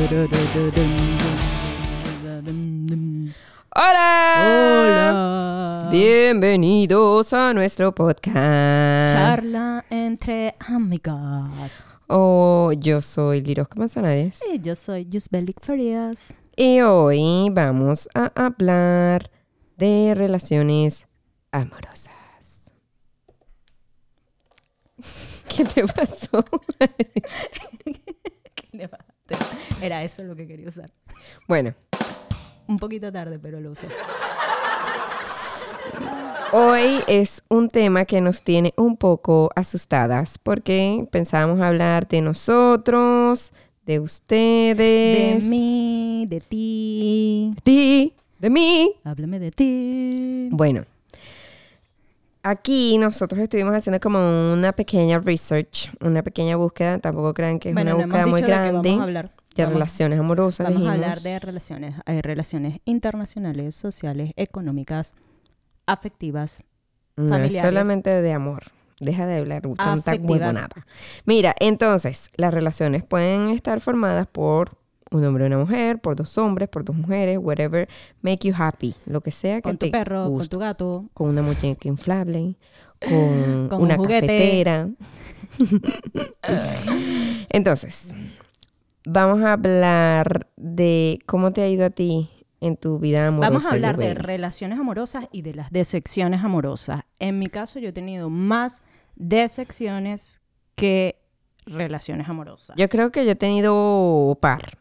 Hola. Bienvenidos a nuestro podcast. Charla entre amigas. Yo soy Lirosca Manzanares. Y yo soy Yusbelik Farias. Y hoy vamos a hablar de relaciones amorosas. ¿Qué te pasó? ¿Qué le va? Era eso lo que quería usar. Bueno. Un poquito tarde, pero lo usé. Hoy es un tema que nos tiene un poco asustadas porque pensábamos hablar de nosotros, de ustedes. De mí, de ti. De mí. Háblame de ti. Bueno, aquí nosotros estuvimos haciendo como una pequeña research, una pequeña búsqueda. Tampoco crean que es una búsqueda muy grande. Vamos a hablar de relaciones amorosas. Vamos a hablar de relaciones. Hay relaciones internacionales, sociales, económicas, afectivas, familiares. No es solamente de amor. Deja de hablar tanta huevonada. Mira, entonces, las relaciones pueden estar formadas por un hombre y una mujer, por dos hombres, por dos mujeres, whatever make you happy. Lo que sea que te guste. Con tu perro, con tu gato. Con una muñeca inflable, con una un juguete. cafetera. Entonces, vamos a hablar de cómo te ha ido a ti en tu vida amorosa. Vamos a hablar de relaciones amorosas y de las decepciones amorosas. En mi caso, yo he tenido más decepciones que relaciones amorosas. Yo creo que yo he tenido par.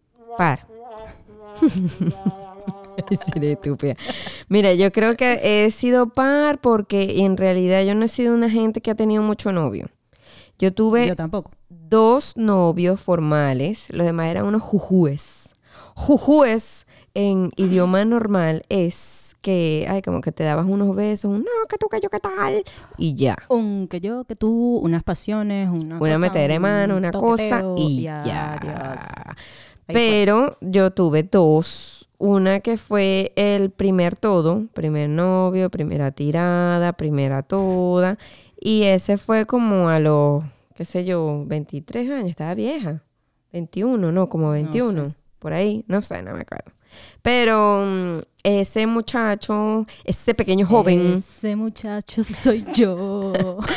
Seré estúpida. Mira, yo creo que he sido par porque en realidad yo no he sido una gente que ha tenido mucho novio. Yo tampoco. 2 novios formales. Los demás eran unos jujúes. Jujúes en idioma normal es que, como que te dabas unos besos, no, que tú, que yo, que tal, y ya. Un que yo, que tú, unas pasiones, una metedera de mano, una cosa, y ya. Pero yo tuve 2. Una que fue el primer todo, primer novio, primera tirada, primera toda. Y ese fue como a los, 23 años, estaba vieja. 21, no, como 21. No sé. Por ahí, no sé, no me acuerdo. Pero ese muchacho, ese pequeño joven. Ese muchacho soy yo.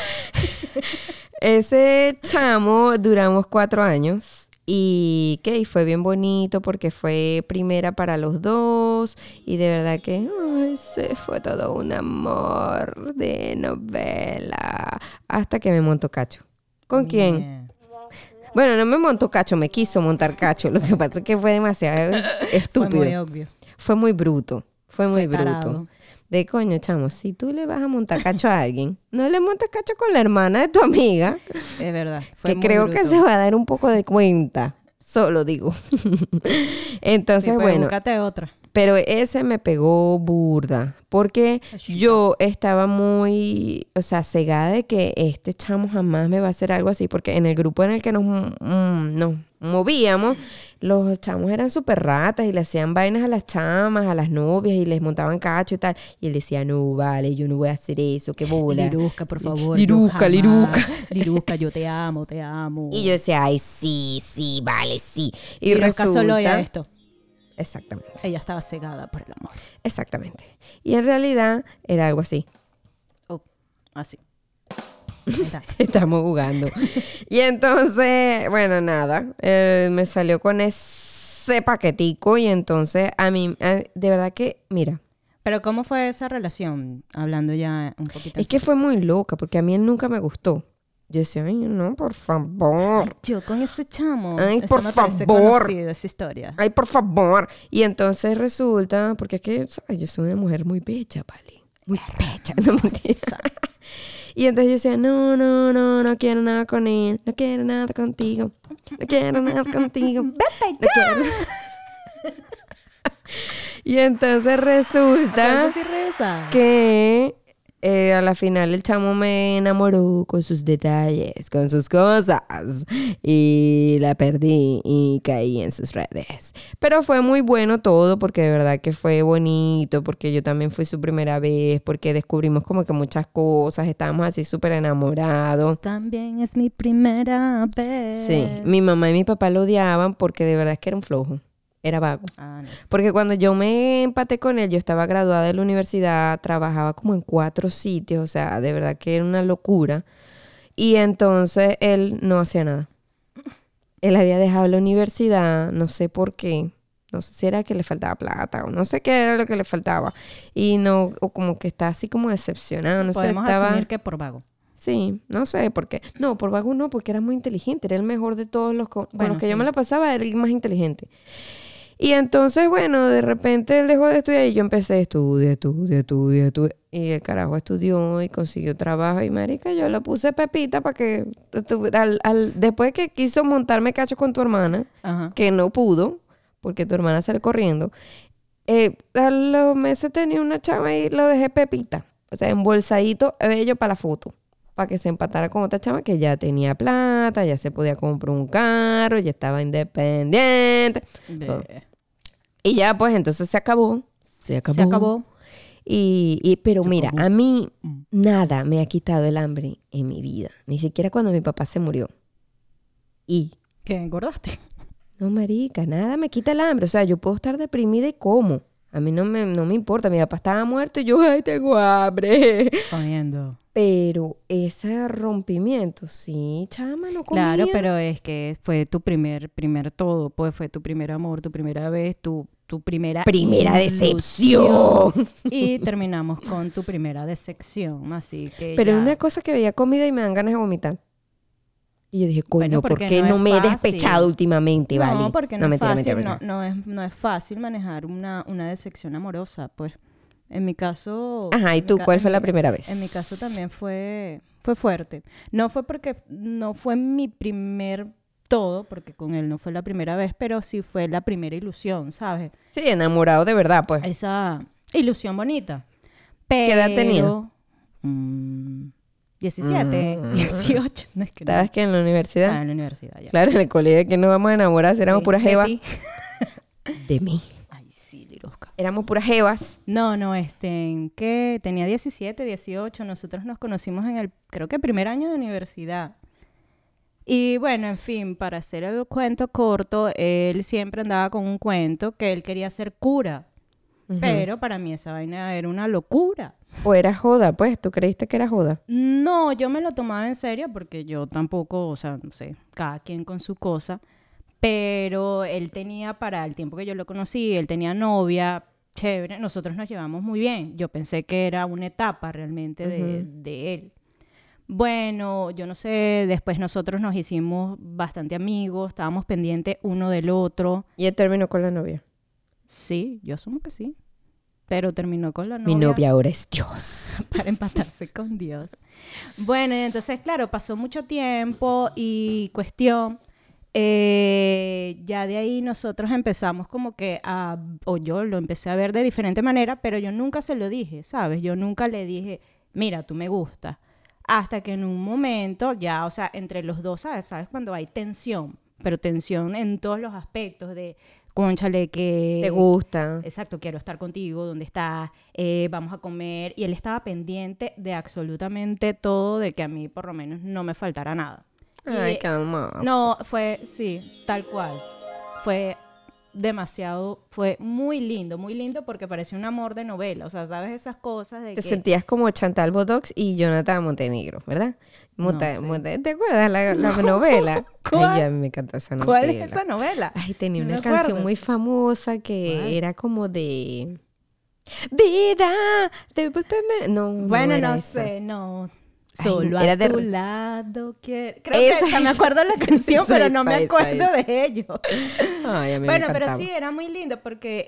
Ese chamo duramos 4 años. Y fue bien bonito porque fue primera para los dos. Y de verdad que ese fue todo un amor de novela. Hasta que me montó cacho. ¿Con quién? Bueno, no me montó cacho, me quiso montar cacho. Lo que pasa es que fue demasiado estúpido. Fue muy obvio. Fue muy bruto. Fue muy bruto. Tarado. De coño, chamo, si tú le vas a montar cacho a alguien, no le montes cacho con la hermana de tu amiga. Es verdad. Que creo que se va a dar un poco de cuenta. Solo digo. Entonces, bueno. Búscate otra. Pero ese me pegó burda. Porque yo estaba muy, cegada de que este chamo jamás me va a hacer algo así. Porque en el grupo en el que nos movíamos, los chamos eran súper ratas y le hacían vainas a las chamas, a las novias y les montaban cacho y tal. Y él decía, no, vale, yo no voy a hacer eso, qué bola. Lirusca, por favor. Lirusca. Lirusca, yo te amo. Y yo decía, ay, sí, vale, sí. Y Lirusca solo oía esto. Exactamente. Ella estaba cegada por el amor. Exactamente. Y en realidad era algo así. Así. Estamos jugando. Y entonces, bueno, nada. Me salió con ese paquetico y entonces a mí, de verdad que, mira. Pero ¿cómo fue esa relación? Hablando ya un poquito. Es que fue muy loca porque a mí él nunca me gustó. Yo decía, ay, no, por favor. Ay, yo con ese chamo. Ay, por favor. Conocida esa historia. Ay, por favor. Y entonces resulta, porque es que, ¿sabes? Yo soy una mujer muy bella, ¿vale? Muy bella. No mentira. Y entonces yo decía, no quiero nada con él. No quiero nada contigo. No quiero nada contigo. ¡Vete ya! Y entonces resulta que A la final el chamo me enamoró con sus detalles, con sus cosas y la perdí y caí en sus redes. Pero fue muy bueno todo porque de verdad que fue bonito, porque yo también fui su primera vez, porque descubrimos como que muchas cosas, estábamos así súper enamorados. También es mi primera vez. Sí, mi mamá y mi papá lo odiaban porque de verdad es que era un flojo. Era vago. Ah, no. Porque cuando yo me empaté con él, yo estaba graduada de la universidad, trabajaba como en 4 sitios, o sea, de verdad que era una locura. Y entonces él no hacía nada. Él había dejado la universidad, no sé por qué. No sé si era que le faltaba plata o no sé qué era lo que le faltaba. Y no, o como que está así como decepcionado, Sí, no sé, podemos estaba... asumir que por vago. Sí, no sé por qué. No, por vago no, porque era muy inteligente. Era el mejor de todos los con Bueno, los que sí. yo me la pasaba, era el más inteligente. Y entonces, bueno, de repente él dejó de estudiar y yo empecé a estudiar. Y el carajo estudió y consiguió trabajo. Y marica, yo le puse pepita para que... después que quiso montarme cacho con tu hermana, Ajá. que no pudo, porque tu hermana salió corriendo, a los meses tenía una chava y lo dejé pepita. O sea, embolsadito, bello para la foto. Para que se empatara con otra chava que ya tenía plata, ya se podía comprar un carro, ya estaba independiente. Todo. Y ya, pues, entonces se acabó. Se acabó. Pero Se mira, acabó. a mí nada me ha quitado el hambre en mi vida. Ni siquiera cuando mi papá se murió. Y, ¿Qué? ¿Engordaste? no, marica, nada me quita el hambre. O sea, yo puedo estar deprimida y como. A mí no me importa. Mi papá estaba muerto y yo, ay, tengo hambre. Comiendo. Pero ese rompimiento, sí, chama, no comía. Claro, pero es que fue tu primer todo, pues fue tu primer amor, tu primera vez, tu primera decepción. Y terminamos con tu primera decepción, así que Pero ya. es una cosa que veía comida y me dan ganas de vomitar. Y yo dije, coño, Bueno, ¿por porque qué no no es me he fácil. despechado últimamente, vale? No, porque no es mentira, fácil, mentira. no es fácil manejar una decepción amorosa, pues. En mi caso... Ajá, ¿y en mi tú ca- cuál en fue mi- la primera vez? En mi caso también fue fuerte. No fue porque no fue mi primer todo, porque con él no fue la primera vez, pero sí fue la primera ilusión, ¿sabes? Sí, enamorado de verdad, pues. Esa ilusión bonita. ¿Qué edad tenía? 17, 18. No es que no. ¿Sabes que en la universidad? En la universidad ya. Claro, en el colegio que nos vamos a enamorar, éramos Sí, puras de jevas. ti. De mí. Ay, sí, Lirosca. Éramos puras jevas. No, que tenía 17, 18, nosotros nos conocimos en el, creo que primer año de universidad. Y bueno, en fin, para hacer el cuento corto, él siempre andaba con un cuento que él quería ser cura. Pero para mí esa vaina era una locura. O era joda, pues. ¿Tú creíste que era joda? No, yo me lo tomaba en serio porque yo tampoco, o sea, no sé, cada quien con su cosa. Pero él tenía, para el tiempo que yo lo conocí, él tenía novia, chévere, nosotros nos llevamos muy bien. Yo pensé que era una etapa realmente de él. Bueno, yo no sé, después nosotros nos hicimos bastante amigos, estábamos pendientes uno del otro. Y él terminó con la novia. Sí, yo asumo que sí. Pero terminó con la novia. Mi novia ahora es Dios. Para empatarse con Dios. Bueno, y entonces, claro, pasó mucho tiempo y cuestión. Ya de ahí nosotros empezamos como que o yo lo empecé a ver de diferente manera, pero yo nunca se lo dije, ¿sabes? Yo nunca le dije, mira, tú me gustas. Hasta que en un momento ya, o sea, entre los dos, ¿sabes? Cuando hay tensión, pero tensión en todos los aspectos de, cónchale, que... ¿Te gusta? Exacto, quiero estar contigo, ¿dónde estás? Vamos a comer. Y él estaba pendiente de absolutamente todo, de que a mí por lo menos no me faltara nada. Ay, qué hermoso. No, sí, tal cual. Fue muy lindo porque parecía un amor de novela. O sea, ¿sabes? Esas cosas de Te que... sentías como Chantal Bodox y Jonathan Montenegro, ¿verdad? No sé. ¿Te acuerdas la novela? ¿Cuál? Ay, a mí me encanta esa novela. ¿Cuál es esa novela? Ay, tenía No una me canción acuerdo. muy famosa que ¿Cuál? era como de... Vida, devuélveme. No, Bueno, era no esa. sé, no. Ay, Solo era a de- tu lado quiero... Creo Esa, que me esa. acuerdo la canción, Esa, pero no me esa, acuerdo esa. de ello. Ay, a mí me Bueno, encantaba. pero sí, era muy lindo porque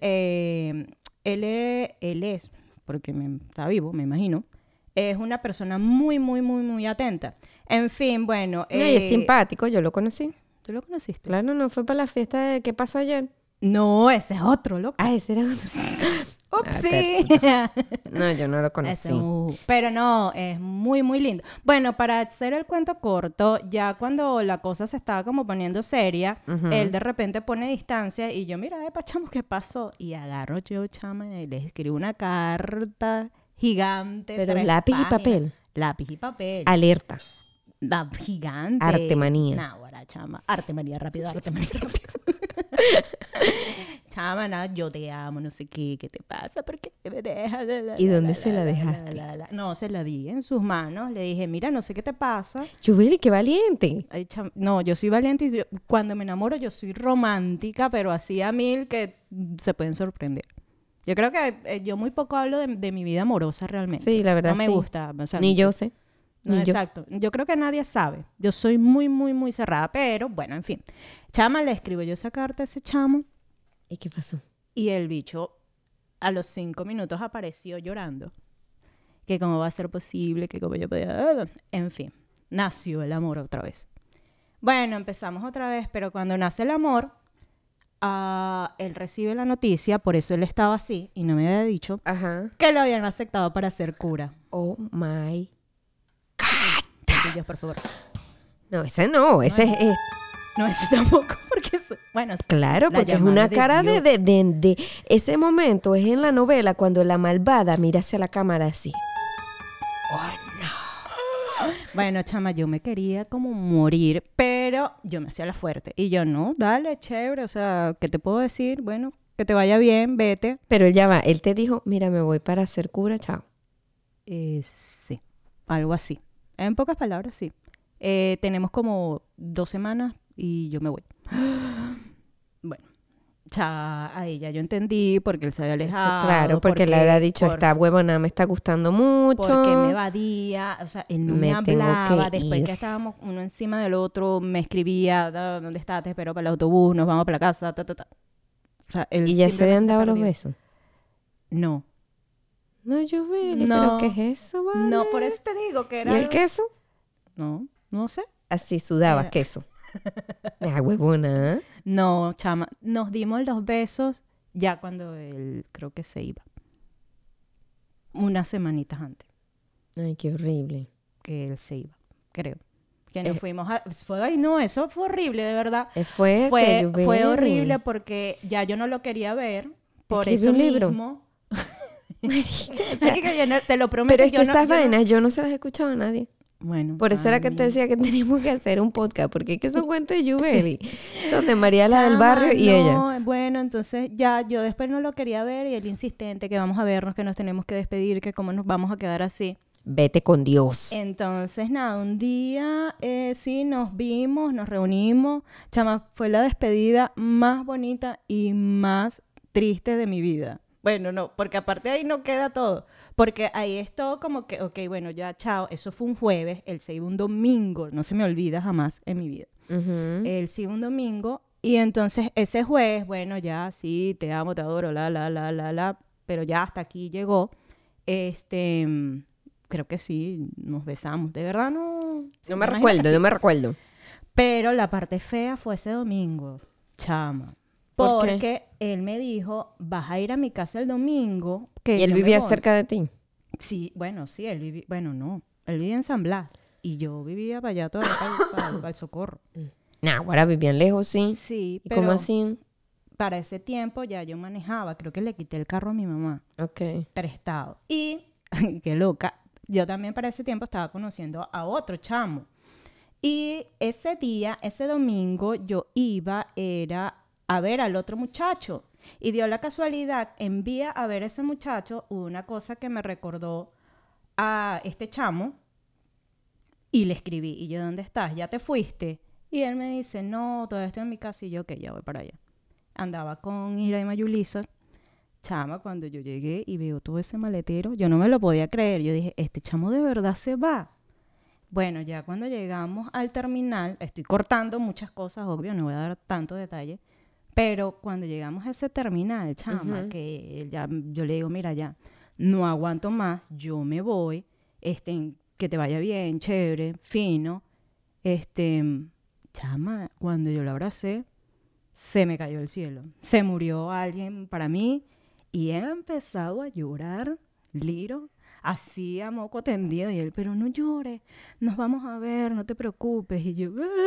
él es, porque está vivo, me imagino, es una persona muy, muy, muy, muy atenta. En fin, bueno... No, y es simpático, yo lo conocí. ¿Tú lo conociste? Claro, no fue para la fiesta de ¿qué pasó ayer? No, ese es otro, loco. Ah, ese era otro. ¡Upsi! No, yo no lo conocí. Pero no, es muy, muy lindo. Bueno, para hacer el cuento corto, ya cuando la cosa se estaba como poniendo seria, él de repente pone distancia y yo, mira, chamo, ¿qué pasó? Y agarro yo, chama, y le escribo una carta gigante. Pero lápiz y papel. Lápiz y papel. Alerta. La gigante. Artemanía. Náguara, chama. Artemanía rápido, artemanía rápido. Chama, yo te amo, no sé qué te pasa, ¿por qué me dejas? ¿Y dónde se la dejaste? No, se la di en sus manos. Le dije, mira, no sé qué te pasa. Yubeli, qué valiente. Ay, no, yo soy valiente y cuando me enamoro yo soy romántica, pero así a mil que se pueden sorprender. Yo creo que yo muy poco hablo de mi vida amorosa realmente. Sí, la verdad, no me sí. gusta. O sea, Ni yo sé. No, exacto. Yo creo que nadie sabe. Yo soy muy, muy, muy cerrada. Pero, bueno, en fin. Chama, le escribo yo esa carta a ese chamo. ¿Y qué pasó? Y el bicho a los 5 minutos apareció llorando. Que cómo va a ser posible, que cómo yo podía... En fin, nació el amor otra vez. Bueno, empezamos otra vez, pero cuando nace el amor, él recibe la noticia, por eso él estaba así, y no me había dicho, que lo habían aceptado para ser cura. Oh, my Dios, por favor. No, ese no, ese es... No, ese tampoco, porque... Bueno, claro, porque es una cara de ese momento, es en la novela cuando la malvada mira hacia la cámara así. Oh, no. Bueno, chama, yo me quería como morir, pero yo me hacía la fuerte. Y yo, no, dale, chévere, o sea, ¿qué te puedo decir? Bueno, que te vaya bien, vete. Pero él ya va, él te dijo, mira, me voy para ser cura, chao. Sí, algo así. En pocas palabras, sí. Tenemos como 2 semanas y yo me voy. Bueno, a ella yo entendí porque él se había alejado. Claro, porque le había dicho, esta huevona me está gustando mucho. Porque me evadía, o sea, él no me hablaba. Después que estábamos uno encima del otro, me escribía, ¿dónde estás? Te espero para el autobús, nos vamos para la casa, O sea, él ¿y ya se habían dado los besos? No. No, Yubeli, ¿pero qué es eso, vale? No, por eso te digo que era... ¿Y el queso? No sé. Así sudabas queso. Ah, huevona. No, chama. Nos dimos los besos ya cuando él creo que se iba. Unas semanitas antes. Ay, qué horrible. Que él se iba, creo. Que nos fuimos a... Ay, no, eso fue horrible, de verdad. Fue horrible porque ya yo no lo quería ver. Por eso un mismo... libro. Marica, yo no, te lo prometo. Pero es que esas vainas yo no se las he escuchado a nadie. Bueno, por eso era que te decía que teníamos que hacer un podcast, porque es que son cuentos de Yubeli. Son de Mariela del Barrio y ella. Bueno, entonces ya yo después no lo quería ver y él insistente que vamos a vernos, que nos tenemos que despedir, que cómo nos vamos a quedar así. Vete con Dios. Entonces, nada, un día sí nos vimos, nos reunimos. Chama, fue la despedida más bonita y más triste de mi vida. Bueno, no, porque aparte de ahí no queda todo. Porque ahí es todo como que, ok, bueno, ya, chao. Eso fue un jueves, él se iba un domingo. No se me olvida jamás en mi vida. Él se iba un domingo. Y entonces ese jueves, bueno, ya, sí, te amo, te adoro, la. Pero ya hasta aquí llegó. Creo que sí, nos besamos. De verdad no... No me recuerdo. Pero la parte fea fue ese domingo, chama. Porque él me dijo, vas a ir a mi casa el domingo. Que ¿Y él vivía cerca de ti? Sí, bueno, sí, él vivía... Bueno, no. Él vivía en San Blas. Y yo vivía para allá todavía, para el Socorro. Ahora vivían lejos, sí. Sí, ¿Y pero... cómo así? Para ese tiempo ya yo manejaba. Creo que le quité el carro a mi mamá. Ok. Prestado. Y, qué loca, yo también para ese tiempo estaba conociendo a otro chamo. Y ese día, ese domingo, yo era a ver al otro muchacho. Y dio la casualidad, envía a ver a ese muchacho una cosa que me recordó a este chamo. Y le escribí, y yo, ¿dónde estás? ¿Ya te fuiste? Y él me dice, no, todavía estoy en mi casa. Y yo, ok, ya voy para allá. Andaba con Iraima Yulisa. Chama, cuando yo llegué y veo todo ese maletero, yo no me lo podía creer. Yo dije, este chamo de verdad se va. Bueno, ya cuando llegamos al terminal, estoy cortando muchas cosas, obvio, no voy a dar tanto detalle, pero cuando llegamos a ese terminal, chama, que ya, yo le digo, mira, ya, no aguanto más, yo me voy, que te vaya bien, chévere, fino. Chama, cuando yo lo abracé, se me cayó el cielo. Se murió alguien para mí Y he empezado a llorar, Liro, así a moco tendido. Y él, pero no llores, nos vamos a ver, no te preocupes. Y yo,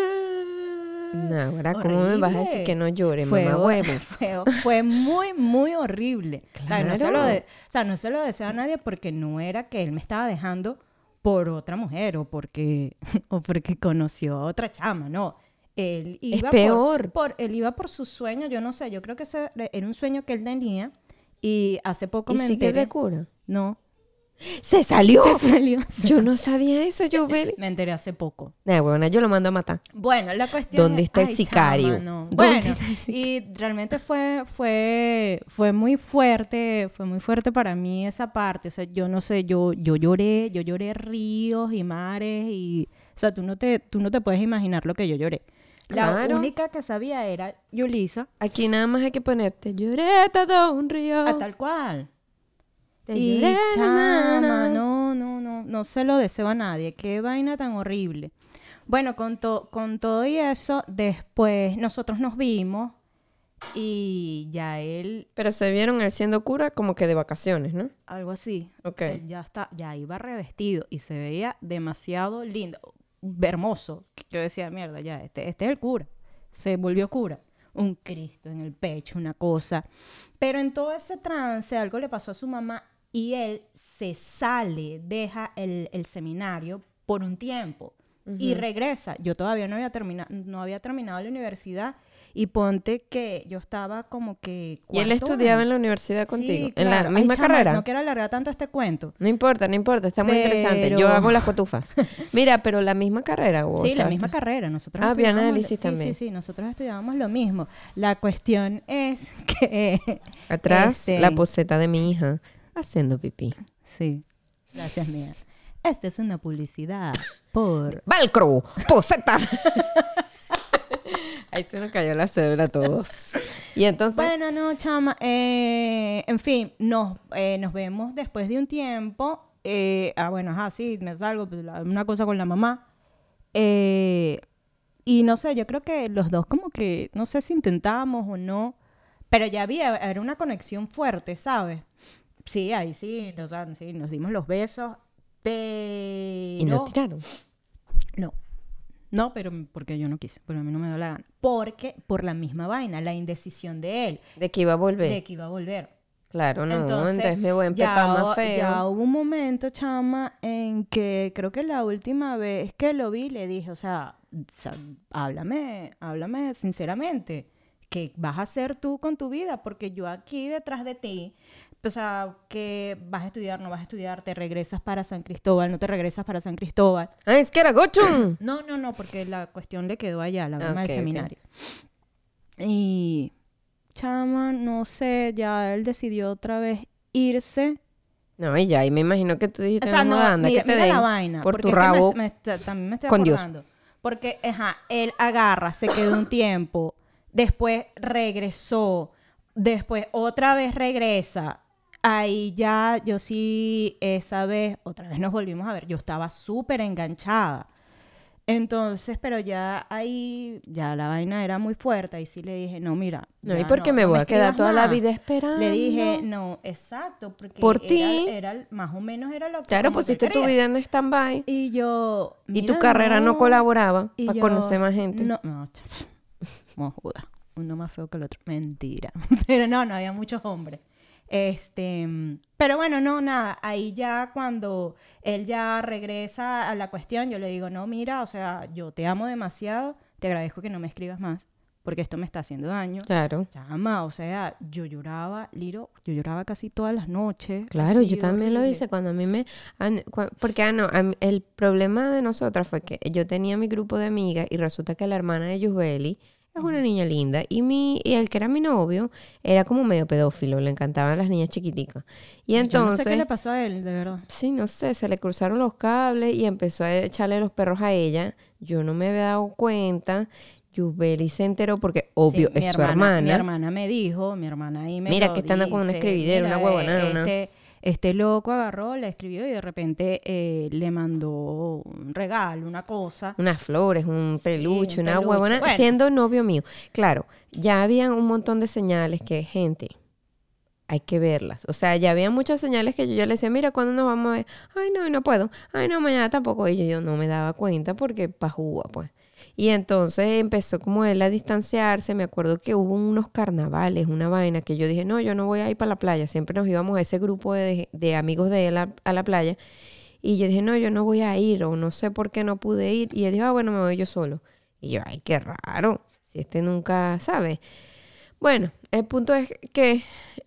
No, ahora, ¿cómo me vas a decir que no llore, mamá huevo? Fue muy, muy horrible. Claro. O sea, no se lo deseo a nadie porque no era que él me estaba dejando por otra mujer o porque conoció a otra chama, no. Él iba es peor. Él iba por su sueño, yo no sé, yo creo que ese era un sueño que él tenía y hace poco ¿Y me sigue enteré. de cura? No. ¡Se salió! Se salió. Yo no sabía eso, Yubeli. Me enteré hace poco. Nah, bueno, yo lo mando a matar. Bueno, la cuestión ¿Dónde está el ay, sicario? chama, no. ¿Dónde Bueno, está el sicario? y realmente fue muy fuerte para mí esa parte. O sea, yo no sé, yo lloré ríos y mares y, o sea, tú no te puedes imaginar lo que yo lloré. La Claro. única que sabía era Yulisa, Aquí nada más hay que ponerte lloré todo un río. a tal cual. Te Y lloré, na, chama, na. no se lo deseo a nadie. Qué vaina tan horrible. Bueno, con todo y eso, después nosotros nos vimos y ya él, Pero se vieron él siendo cura como que de vacaciones, ¿no? algo así, Ok. él ya iba revestido y se veía demasiado lindo, hermoso. Yo decía, mierda, ya, este es el cura. Se volvió cura. Un Cristo en el pecho, una cosa. Pero en todo ese trance algo le pasó a su mamá y él se sale, deja el seminario por un tiempo y regresa. Yo todavía no había terminado la universidad y ponte que yo estaba como que ¿Y él cuarto estudiaba año. en la universidad contigo? Sí, ¿En la claro. misma Ay, chama, carrera? No quiero alargar tanto este cuento. No importa, está muy interesante. Pero- Yo hago las cotufas. Mira, pero la misma carrera. ¿o Sí, la estabas misma tú? carrera. Nosotros Ah, estudiábamos bioanálisis sí, también. Sí, nosotros estudiábamos lo mismo. La cuestión es que... Atrás, la poseta de mi hija haciendo pipí. Sí, gracias mía. Esta es una publicidad por... ¡Velcro! ¡Poseta! Ahí se nos cayó la cédula a todos. Y entonces... Bueno, no, chama. En fin, nos vemos después de un tiempo. Bueno, sí, me salgo, pues, una cosa con la mamá. Y no sé, yo creo que los dos como que, no sé si intentábamos o no, pero ya era una conexión fuerte, ¿sabes? Sí, ahí sí, o sea, sí, nos dimos los besos, pero... Y no tiraron. No, pero porque yo no quise, pero a mí no me da la gana. Porque, por la misma vaina, la indecisión de él, De que iba a volver. de que iba a volver. Claro, no. Entonces me voy a empepar más feo. Ya hubo un momento, chama, en que creo que la última vez que lo vi, le dije, o sea, háblame sinceramente. ¿Qué vas a hacer tú con tu vida? Porque yo aquí detrás de ti, o sea, que vas a estudiar, no vas a estudiar, te regresas para San Cristóbal, no te regresas para San Cristóbal. ¡Ah, es que era gochón! No, porque la cuestión le quedó allá, la broma Ok, del seminario. Y, chama, no sé, ya él decidió otra vez irse. No, y ya, y me imagino que tú dijiste, O sea, no, anda, mira, que te mira den la vaina. por porque tu es que rabo. también me estoy con Dios. acordando. Porque, él agarra, se quedó un tiempo, después regresó, después otra vez regresa. Ahí ya, yo sí, esa vez, otra vez nos volvimos a ver. Yo estaba súper enganchada. Entonces, pero ya ahí, ya la vaina era muy fuerte. Ahí sí le dije, no, mira. No, ya ¿y por qué me voy a quedar escribas toda la más. vida esperando? Le dije, no, exacto, porque Por ti. más o menos era lo que Claro, como que pusiste tu quería. vida en stand-by. Y yo, Y tu mira, carrera no colaboraba Y para yo, conocer más gente. No, no, joda. Uno más feo que el otro. Mentira. Pero no había muchos hombres. Pero bueno, no, nada. Ahí ya cuando él ya regresa a la cuestión, yo le digo, no, mira, o sea, yo te amo demasiado, te agradezco que no me escribas más, porque esto me está haciendo daño. Claro. Chama, o sea, yo lloraba, Liro, yo lloraba casi todas las noches. Claro, así, yo también lo horrible. hice cuando a mí me... Porque, el problema de nosotras fue que yo tenía mi grupo de amigas y resulta que la hermana de Yusbeli es una niña linda y el que era mi novio era como medio pedófilo, le encantaban las niñas chiquiticas. Y Yo entonces... no sé qué le pasó a él, de verdad. Sí, no sé, se le cruzaron los cables y empezó a echarle los perros a ella. Yo no me había dado cuenta. Yusbeli se enteró porque, obvio, Sí, es su hermana. Mi hermana me dijo, mi hermana ahí me Mira, lo que esta anda con una dice, escribidera, mira, una huevonada, este loco agarró, le escribió y de repente le mandó un regalo, una cosa. Unas flores, un peluche, un una peluche. huevona, Bueno. siendo novio mío. Claro, ya habían un montón de señales que, gente, hay que verlas. O sea, ya había muchas señales que yo ya le decía, mira, ¿cuándo nos vamos a ver? Ay, no, no puedo. Ay, no, mañana tampoco. Y yo no me daba cuenta porque pajúa, pues. Y entonces empezó como él a distanciarse. Me acuerdo que hubo unos carnavales, una vaina, que yo dije, no, yo no voy a ir para la playa. Siempre nos íbamos a ese grupo de amigos de él a la playa. Y yo dije, no, yo no voy a ir, o no sé por qué no pude ir. Y él dijo, bueno, me voy yo solo. Y yo, ay, qué raro, si este nunca sabe. Bueno, el punto es que...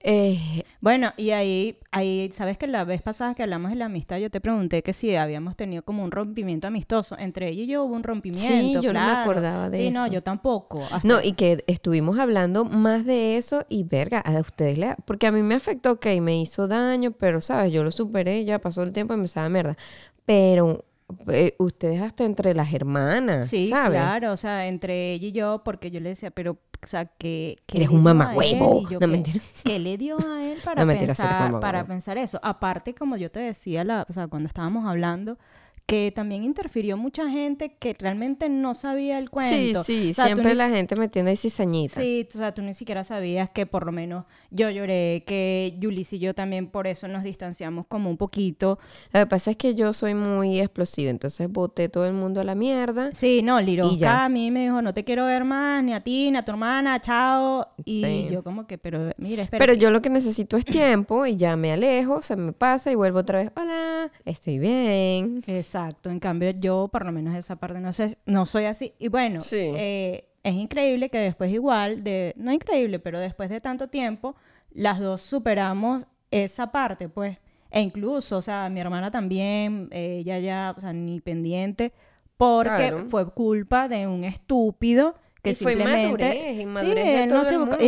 Bueno, y ahí, sabes que la vez pasada que hablamos de la amistad, yo te pregunté que si habíamos tenido como un rompimiento amistoso. Entre ella y yo hubo un rompimiento, sí, yo claro. no me acordaba de eso. Sí, no, yo tampoco. No, y que estuvimos hablando más de eso y verga, a ustedes porque a mí me afectó, ok, me hizo daño, pero sabes, yo lo superé, ya pasó el tiempo y me sabe mierda. Pero ustedes hasta entre las hermanas, sí, ¿sabes? claro, o sea, entre ella y yo, porque yo le decía, pero, o sea, que eres un mamagüevo. No, mentira. ¿Qué le dio a él No, mentira, para pensar eso? Aparte, como yo te decía, o sea, cuando estábamos hablando, que también interfirió mucha gente que realmente no sabía el cuento. Sí, o sea, siempre la gente metiendo cizañita. Sí, o sea, tú ni siquiera sabías que por lo menos yo lloré, que Yulis y yo también por eso nos distanciamos como un poquito. Lo que pasa es que yo soy muy explosiva, entonces boté todo el mundo a la mierda. Sí, no, Liroca a mí me dijo, no te quiero ver más, ni a ti, ni a tu hermana, chao. Y sí. yo como que, pero mira, espera. Pero yo lo que necesito es tiempo y ya me alejo, se me pasa y vuelvo otra vez, hola, estoy bien. Exacto, en cambio yo por lo menos esa parte no soy así. Y bueno, sí. Es increíble que después igual, no increíble, pero después de tanto tiempo, las dos superamos esa parte, pues. E incluso, o sea, mi hermana también, ella ya, o sea, ni pendiente, porque fue culpa de un estúpido que y simplemente... inmadurez de todo el mundo.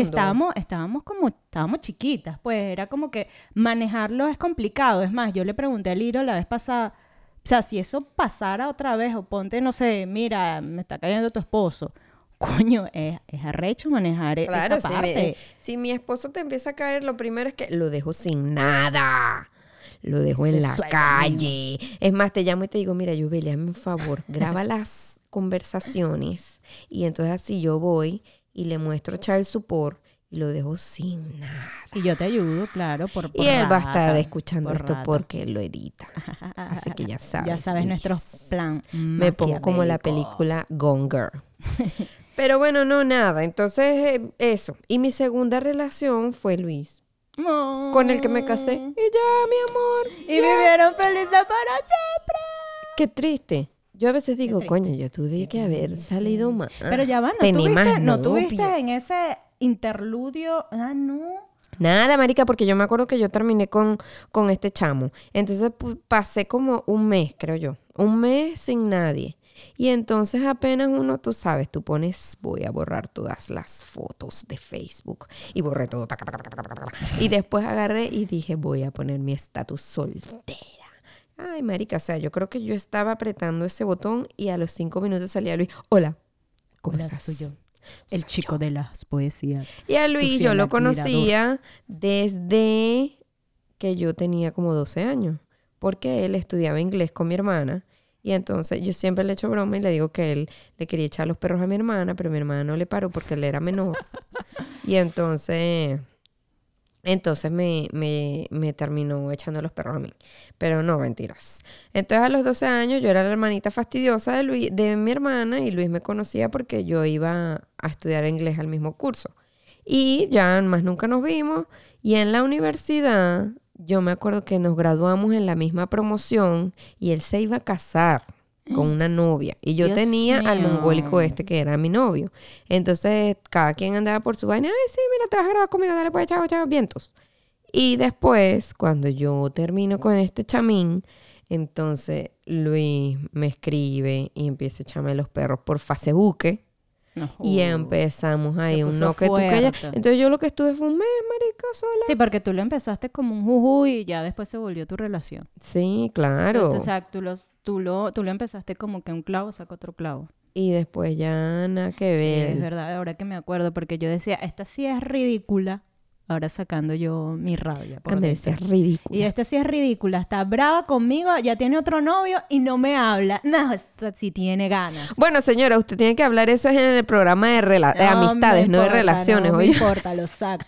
Estábamos chiquitas, pues era como que manejarlo es complicado. Es más, yo le pregunté a Liro la vez pasada, o sea, si eso pasara otra vez, o ponte, no sé, mira, me está cayendo tu esposo. Coño, es arrecho manejar esa parte. Si mi esposo te empieza a caer, lo primero es que lo dejo sin nada. Lo dejo en la calle. Es más, te llamo y te digo, mira, Yubelia, hazme un favor, graba las conversaciones. Y entonces así yo voy y le muestro child support y lo dejo sin nada. Y yo te ayudo, claro, por y él va a estar escuchando esto porque él lo edita. Así que ya sabes. Ya sabes nuestro plan. Me pongo como la película Gone Girl. Pero bueno, no, nada. Entonces, eso. Y mi segunda relación fue Luis. Con el que me casé. Y ya, mi amor. Y vivieron felices para siempre. Qué triste. Yo a veces digo, coño, yo tuve que haber salido más. Pero ya va, ¿no tuviste en ese interludio? Ah, no. Nada, marica, porque yo me acuerdo que yo terminé con este chamo. Entonces pasé como un mes, creo yo. Un mes sin nadie. Y entonces apenas uno, tú sabes, tú pones, voy a borrar todas las fotos de Facebook. Y borré todo. Y después agarré y dije, voy a poner mi estatus soltera. Ay, marica, o sea, yo creo que yo estaba apretando ese botón y a los 5 minutos salía Luis. Hola, ¿cómo estás? Soy yo. El chico de las poesías. Y a Luis yo lo conocía desde que yo tenía como 12 años. Porque él estudiaba inglés con mi hermana. Y entonces yo siempre le echo broma y le digo que él le quería echar los perros a mi hermana, pero mi hermana no le paró porque él era menor. Y entonces me terminó echando los perros a mí. Pero no, mentiras. Entonces a los 12 años yo era la hermanita fastidiosa de mi hermana y Luis me conocía porque yo iba a estudiar inglés al mismo curso. Y ya más nunca nos vimos. Y en la universidad, yo me acuerdo que nos graduamos en la misma promoción y él se iba a casar con una novia. Y yo tenía al mongólico este que era mi novio. Entonces, cada quien andaba por su vaina. Ay, sí, mira, te vas a graduar conmigo. Dale, pues, chao, chao, vientos. Y después, cuando yo termino con este chamín, entonces Luis me escribe y empieza a echarme los perros por Facebook. No, y empezamos ahí un no que tú que ella. Entonces yo lo que estuve fue un mes, marica, sola. Sí, porque tú lo empezaste como un juju y ya después se volvió tu relación. Sí, claro. O sea, tú lo empezaste como que un clavo saca otro clavo. Y después ya nada que ver. Sí, es verdad, ahora que me acuerdo, porque yo decía, esta sí es ridícula. Ahora sacando yo mi rabia. Me decía ridícula. Y esta sí es ridícula. Está brava conmigo, ya tiene otro novio y no me habla. No, esta sí tiene ganas. Bueno, señora, usted tiene que hablar eso es en el programa de amistades, no de relaciones. No me importa, lo saco.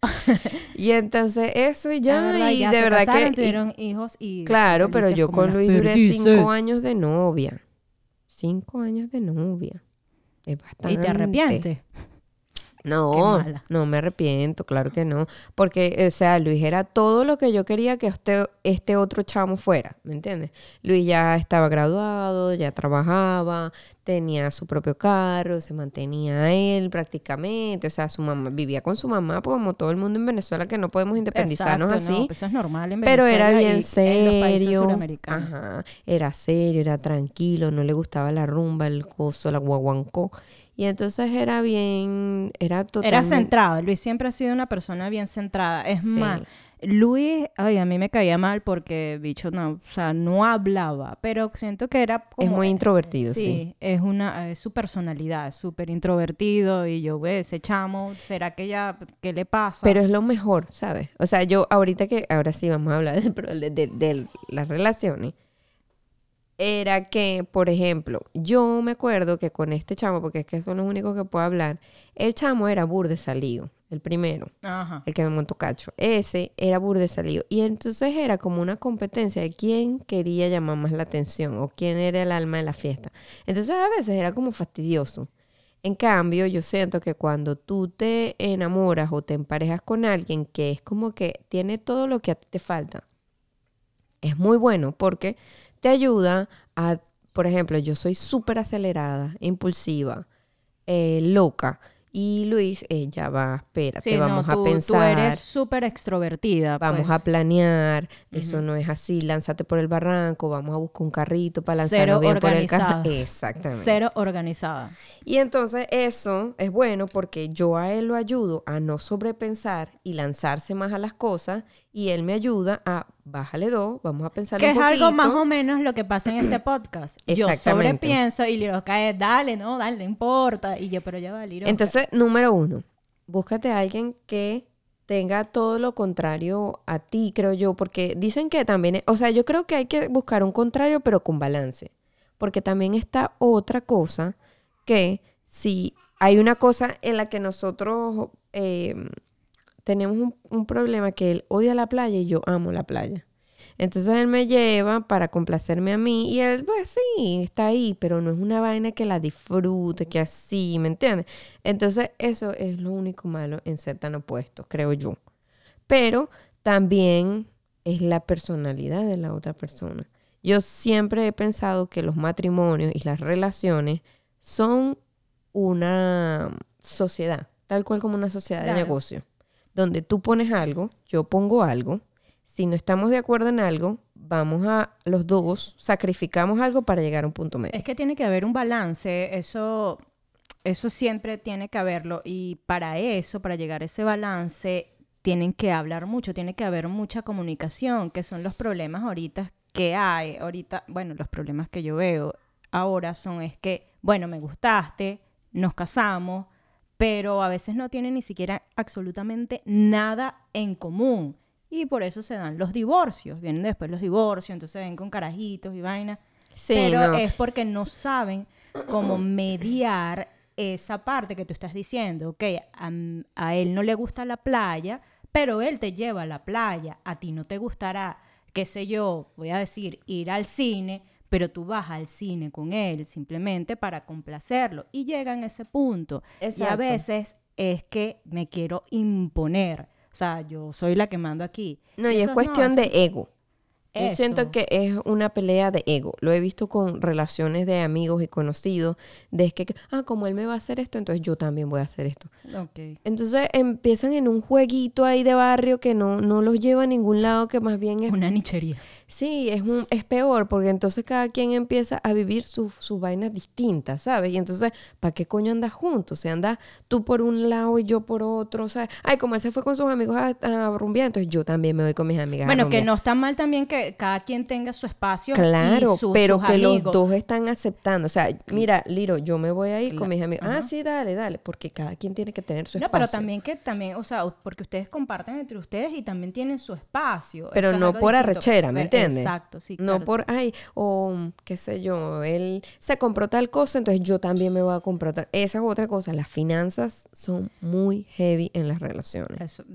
Y entonces eso y ya, verdad, y ya de se verdad casaron, que... tuvieron hijos y... Claro, pero felices yo como con las Luis duré perdices. 5 años de novia. 5 años de novia. Es ¿Y te bastante. arrepientes? Qué No, mala. no me arrepiento, claro que no. Porque, o sea, Luis era todo lo que yo quería que este otro chamo fuera, ¿me entiendes? Luis ya estaba graduado, ya trabajaba, tenía su propio carro, se mantenía él prácticamente. O sea, su mamá vivía con su mamá, pues, como todo el mundo en Venezuela, que no podemos independizarnos Exacto, así. no, pues eso es normal en Pero era Venezuela bien y en los países serio. suramericanos. Ajá, era serio, era tranquilo, no le gustaba la rumba, el coso, la guaguancó. Y entonces era bien, era Era totalmente... centrado. Luis siempre ha sido una persona bien centrada. Es más, Sí, Luis, ay, a mí me caía mal porque, bicho, no, o sea, no hablaba, pero siento que era es como, muy introvertido, sí. sí, es su personalidad, es súper introvertido y yo, ve, ese chamo, ¿será que ya, qué le pasa? Pero es lo mejor, ¿sabes? O sea, yo ahora sí vamos a hablar de las relaciones. Era que, por ejemplo, yo me acuerdo que con este chamo, porque es que son los únicos que puedo hablar, el chamo era burde salido, el primero, Ajá. el que me montó cacho. Ese era burde salido. Y entonces era como una competencia de quién quería llamar más la atención o quién era el alma de la fiesta. Entonces a veces era como fastidioso. En cambio, yo siento que cuando tú te enamoras o te emparejas con alguien que es como que tiene todo lo que a ti te falta, es muy bueno porque te ayuda a, por ejemplo, yo soy súper acelerada, impulsiva, loca. Y Luis, ya va, espérate, Sí, no, vamos a tú pensar, eres súper extrovertida, vamos pues. a planear, eso Ujú. no es así, lánzate por el barranco, vamos a buscar un carrito para lanzarnos Cero bien por el carro. organizada. Exactamente. Cero organizada. Y entonces eso es bueno porque yo a él lo ayudo a no sobrepensar y lanzarse más a las cosas y él me ayuda a bájale dos, vamos a pensarlo Que un es algo más poquito. o menos lo que pasa en este podcast. Yo Exactamente. sobrepienso y Liro cae, dale, no, dale, no importa. Y yo, pero ya va, Liro. Entonces, número 1, búscate a alguien que tenga todo lo contrario a ti, creo yo, porque dicen que también, o sea, yo creo que hay que buscar un contrario, pero con balance, porque también está otra cosa que si hay una cosa en la que nosotros tenemos un problema que él odia la playa y yo amo la playa. Entonces él me lleva para complacerme a mí y él, pues sí, está ahí, pero no es una vaina que la disfrute, que así, ¿me entiendes? Entonces eso es lo único malo en ser tan opuestos, creo yo. Pero también es la personalidad de la otra persona. Yo siempre he pensado que los matrimonios y las relaciones son una sociedad, tal cual como una sociedad de Claro. negocio, donde tú pones algo, yo pongo algo. Si no estamos de acuerdo en algo, vamos a los dos, sacrificamos algo para llegar a un punto medio. Es que tiene que haber un balance, eso siempre tiene que haberlo. Y para eso, para llegar a ese balance, tienen que hablar mucho, tiene que haber mucha comunicación, que son los problemas ahorita que hay. Ahorita, bueno, los problemas que yo veo ahora son es que, bueno, me gustaste, nos casamos, pero a veces no tienen ni siquiera absolutamente nada en común. Y por eso se dan los divorcios. Vienen después los divorcios, entonces ven con carajitos y vaina. Sí, Pero no. es porque no saben cómo mediar esa parte que tú estás diciendo. Ok, a él no le gusta la playa, pero él te lleva a la playa. A ti no te gustará, qué sé yo, voy a decir, ir al cine, pero tú vas al cine con él simplemente para complacerlo. Y llegan a ese punto. Y a Exacto. veces es que me quiero imponer. O sea, yo soy la que mando aquí. No, Y y es eso cuestión eso- de ego. Yo siento eso. que es una pelea de ego. Lo he visto con relaciones de amigos y conocidos. De es que, como él me va a hacer esto, entonces yo también voy a hacer esto. Ok. Entonces empiezan en un jueguito ahí de barrio que no los lleva a ningún lado, que más bien es... Una nichería. Sí, es peor, porque entonces cada quien empieza a vivir sus vainas distintas, ¿sabes? Y entonces, ¿para qué coño andas juntos? O sea, andas tú por un lado y yo por otro, ¿sabes? Ay, como ese fue con sus amigos a rumbear, entonces yo también me voy con mis amigas a Bueno, que rumbear. no está mal también que cada quien tenga su espacio Claro, y sus pero que los amigos. dos están aceptando. O sea, mira, Liro, yo me voy a ir con mis amigos. Ajá. Ah, sí, dale, dale, porque cada quien tiene que tener su No, espacio. pero también, o sea, porque ustedes comparten entre ustedes y también tienen su espacio. Pero Eso es no algo por distinto. arrechera, ¿me entiendes? Exacto, sí, No claro. por, ay, o qué sé yo, él se compró tal cosa, entonces yo también me voy a comprar tal. Esa es otra cosa. Las finanzas son muy heavy en las relaciones.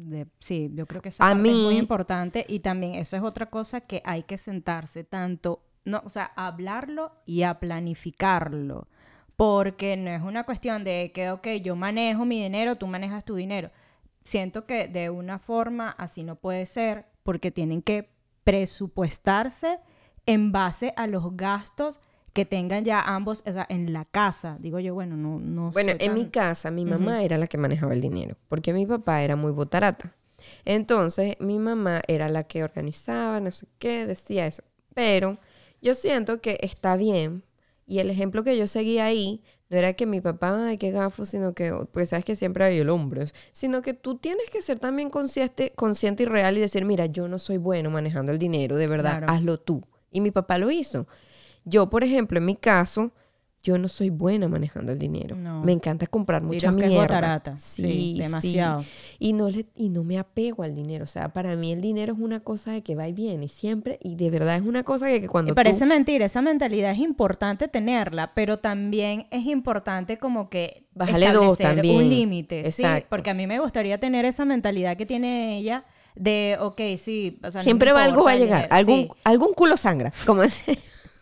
Sí, yo creo que esa A parte es muy mí, importante y también eso es otra cosa que hay que sentarse tanto, no, o sea, a hablarlo y a planificarlo, porque no es una cuestión de que, ok, yo manejo mi dinero, tú manejas tu dinero. Siento que de una forma así no puede ser, porque tienen que presupuestarse en base a los gastos que tengan ya ambos, o sea, en la casa. Digo yo, bueno, no bueno, soy en mi tan... casa, mi Ujú. mamá era la que manejaba el dinero, porque mi papá era muy botarata. Entonces, mi mamá era la que organizaba, no sé qué, decía eso. Pero yo siento que está bien. Y el ejemplo que yo seguía ahí no era que mi papá, ay, qué gafo, sino que, pues sabes que siempre hay el hombre. Sino que tú tienes que ser también consciente y real y decir, mira, yo no soy bueno manejando el dinero, de verdad, Claro. hazlo tú. Y mi papá lo hizo. Yo, por ejemplo, en mi caso, yo no soy buena manejando el dinero. No. Me encanta comprar mucha Diros que es mierda. botarata. Sí, demasiado. Y no me apego al dinero. O sea, para mí el dinero es una cosa de que va y viene siempre. Y de verdad es una cosa que cuando Y parece mentira, esa mentalidad es importante tenerla, pero también es importante como que Bájale dos establecer también. un límite, ¿sí? Exacto. Porque a mí me gustaría tener esa mentalidad que tiene ella de, ok, sí, o sea, Siempre no me algo va a importa el llegar. dinero. Algún culo sangra. Como así.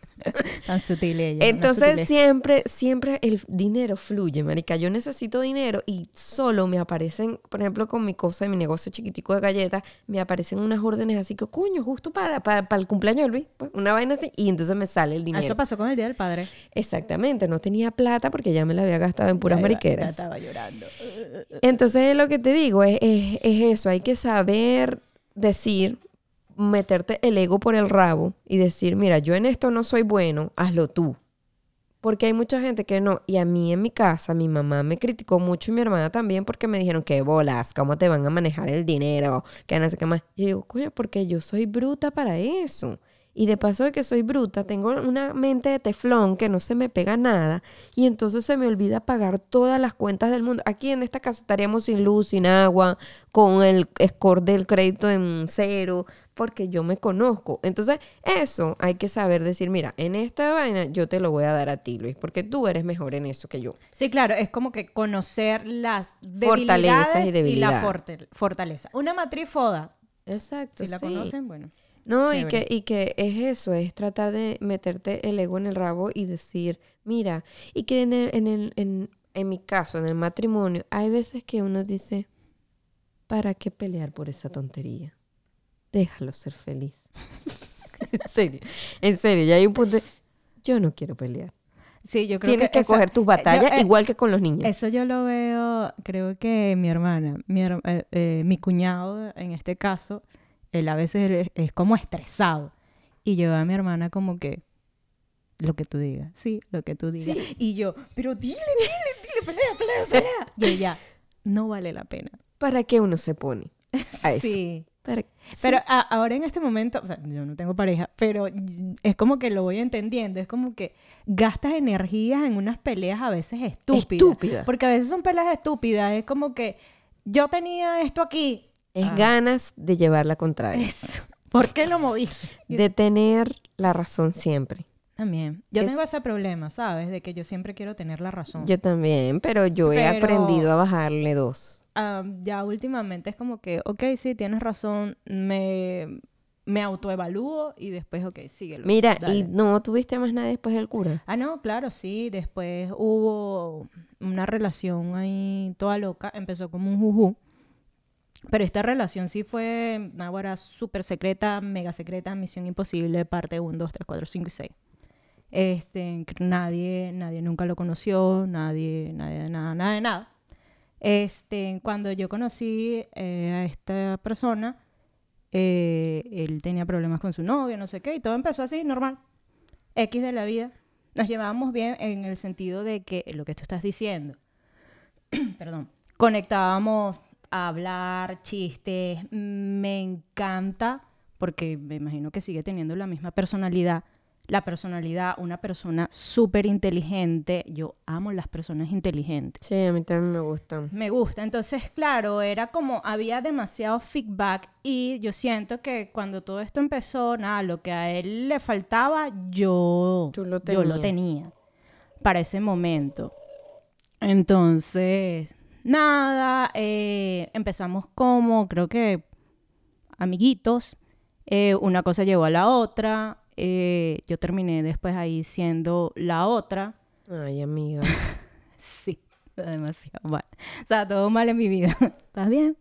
Tan sutil ella, una Entonces sutileza. siempre el dinero fluye, marica. Yo necesito dinero y solo me aparecen, por ejemplo, con mi cosa, mi negocio chiquitico de galletas, me aparecen unas órdenes así que, coño, justo para el cumpleaños de Luis, pues, una vaina así, y entonces me sale el dinero. Eso pasó con el Día del Padre. Exactamente, no tenía plata porque ya me la había gastado en puras Ya mariqueras. estaba llorando. Entonces lo que te digo es eso, hay que saber decir, meterte el ego por el rabo y decir, mira, yo en esto no soy bueno, hazlo tú. Porque hay mucha gente que no. Y a mí en mi casa, mi mamá me criticó mucho y mi hermana también porque me dijeron, qué bolas, cómo te van a manejar el dinero, que no sé qué más. Y yo digo, coño, porque yo soy bruta para eso. Y de paso de que soy bruta, tengo una mente de teflón que no se me pega nada. Y entonces se me olvida pagar todas las cuentas del mundo. Aquí en esta casa estaríamos sin luz, sin agua, con el score del crédito en cero, porque yo me conozco. Entonces, eso hay que saber decir, mira, en esta vaina yo te lo voy a dar a ti, Luis, porque tú eres mejor en eso que yo. Sí, claro, es como que conocer las Fortalezas y debilidades y la debilidades. fortaleza. Una matriz foda, Exacto, si la sí. conocen, bueno, No, chévere. y que es eso, es tratar de meterte el ego en el rabo y decir, mira, y que en mi caso, en el matrimonio, hay veces que uno dice, ¿para qué pelear por esa tontería? Déjalo ser feliz. En serio, ya hay un punto de, yo no quiero pelear. Sí, yo creo Tienes que eso, coger tus batallas igual que con los niños. eso yo lo veo, creo que mi hermana, mi cuñado en este caso, él a veces es como estresado. Y yo a mi hermana como que, lo que tú digas, sí, lo que tú digas. Sí. Y yo, pero dile, pelea. Y ella, no vale la pena. ¿Para qué uno se pone a eso? Sí. Sí. Pero ahora en este momento, o sea, yo no tengo pareja, pero es como que lo voy entendiendo. Es como que gastas energías en unas peleas a veces estúpidas. Porque a veces son peleas estúpidas. Es como que yo tenía esto aquí. Es ganas de llevar la contraria. Eso. ¿Por qué lo moviste? De tener la razón siempre. También. Yo tengo ese problema, ¿sabes? De que yo siempre quiero tener la razón. Yo también, pero yo he aprendido a bajarle dos. Ya últimamente es como que, ok, sí, tienes razón, me autoevalúo y después, ok, síguelo. Mira, dale. ¿y no tuviste más nada después del cura? Ah, no, claro, sí. Después hubo una relación ahí toda loca. Empezó como un juju. Pero esta relación sí fue ahora súper secreta, mega secreta, Misión Imposible, parte 1, 2, 3, 4, 5 y 6. Nadie nunca lo conoció, nada de nada. Cuando yo conocí a esta persona, él tenía problemas con su novia, no sé qué, y todo empezó así, normal. X de la vida. Nos llevábamos bien en el sentido de que lo que tú estás diciendo, perdón, conectábamos a hablar, chistes. Me encanta porque me imagino que sigue teniendo la misma personalidad. La personalidad, una persona súper inteligente. Yo amo las personas inteligentes. Sí, a mí también me gustan. Me gusta. Entonces, claro, era como, había demasiado feedback y yo siento que cuando todo esto empezó, nada, lo que a él le faltaba, yo lo tenía para ese momento. Entonces, nada, empezamos como, creo que, amiguitos. Una cosa llevó a la otra. Yo terminé después ahí siendo la otra. Ay, amiga. Sí, demasiado mal. O sea, todo mal en mi vida. ¿Estás bien?